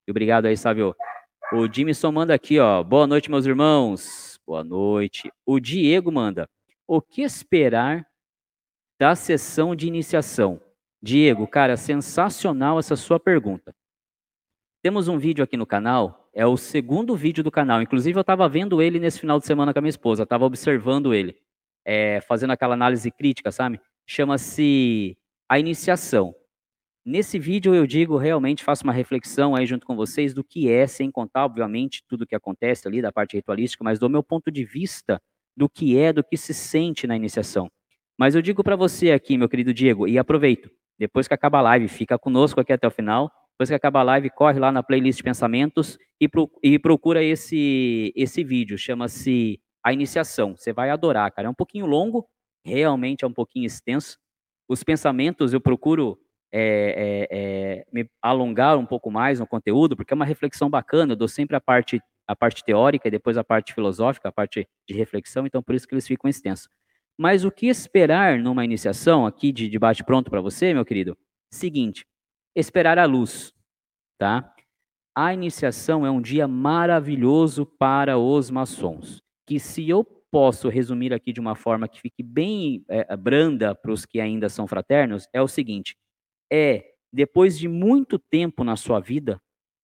E obrigado aí, Sávio. O Jimson manda aqui, ó. Boa noite, meus irmãos. Boa noite. O Diego manda. O que esperar da sessão de iniciação? Diego, cara, sensacional essa sua pergunta. Temos um vídeo aqui no canal, é o segundo vídeo do canal. Inclusive, eu estava vendo ele nesse final de semana com a minha esposa, estava observando ele, fazendo aquela análise crítica, sabe? Chama-se A Iniciação. Nesse vídeo eu digo, realmente faço uma reflexão aí junto com vocês do que é, sem contar, obviamente, tudo o que acontece ali da parte ritualística, mas do meu ponto de vista do que é, do que se sente na iniciação. Mas eu digo para você aqui, meu querido Diego, e aproveito, depois que acaba a live, fica conosco aqui até o final, depois que acaba a live, corre lá na playlist Pensamentos e procura esse vídeo, chama-se A Iniciação. Você vai adorar, cara. É um pouquinho longo, realmente é um pouquinho extenso. Os pensamentos eu procuro me alongar um pouco mais no conteúdo, porque é uma reflexão bacana, eu dou sempre a parte teórica e depois a parte filosófica, a parte de reflexão, então por isso que eles ficam extensos. Mas o que esperar numa iniciação aqui de bate-pronto para você, meu querido? Seguinte, esperar a luz, tá? A iniciação é um dia maravilhoso para os maçons, que se eu posso resumir aqui de uma forma que fique bem branda para os que ainda são fraternos, é o seguinte, depois de muito tempo na sua vida,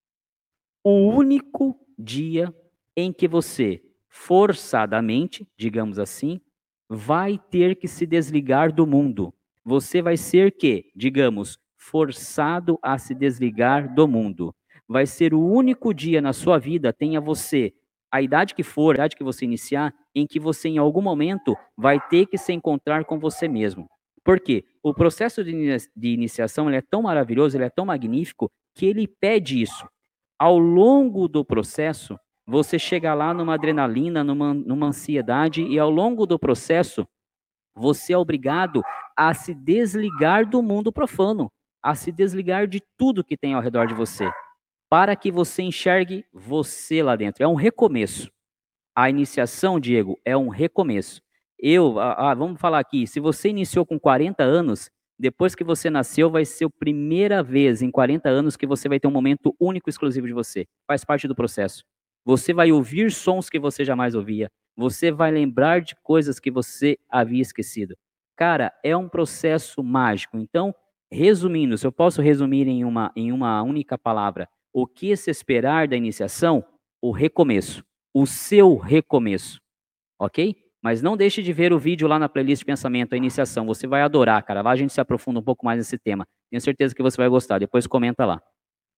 o único dia em que você, forçadamente, digamos assim, vai ter que se desligar do mundo. Você vai ser que, digamos, forçado a se desligar do mundo. Vai ser o único dia na sua vida, tenha você a idade que for, a idade que você iniciar, em que você em algum momento vai ter que se encontrar com você mesmo. Por quê? O processo de iniciação ele é tão maravilhoso, ele é tão magnífico, que ele pede isso. Ao longo do processo, você chega lá numa adrenalina, numa ansiedade, e ao longo do processo, você é obrigado a se desligar do mundo profano, a se desligar de tudo que tem ao redor de você, para que você enxergue você lá dentro. É um recomeço. A iniciação, Diego, é um recomeço. Vamos falar aqui, se você iniciou com 40 anos, depois que você nasceu, vai ser a primeira vez em 40 anos que você vai ter um momento único e exclusivo de você. Faz parte do processo. Você vai ouvir sons que você jamais ouvia. Você vai lembrar de coisas que você havia esquecido. Cara, é um processo mágico. Então, resumindo, se eu posso resumir em uma única palavra, o que se esperar da iniciação? O recomeço. O seu recomeço, ok? Mas não deixe de ver o vídeo lá na playlist Pensamento, a iniciação. Você vai adorar, cara. Lá a gente se aprofunda um pouco mais nesse tema. Tenho certeza que você vai gostar. Depois comenta lá.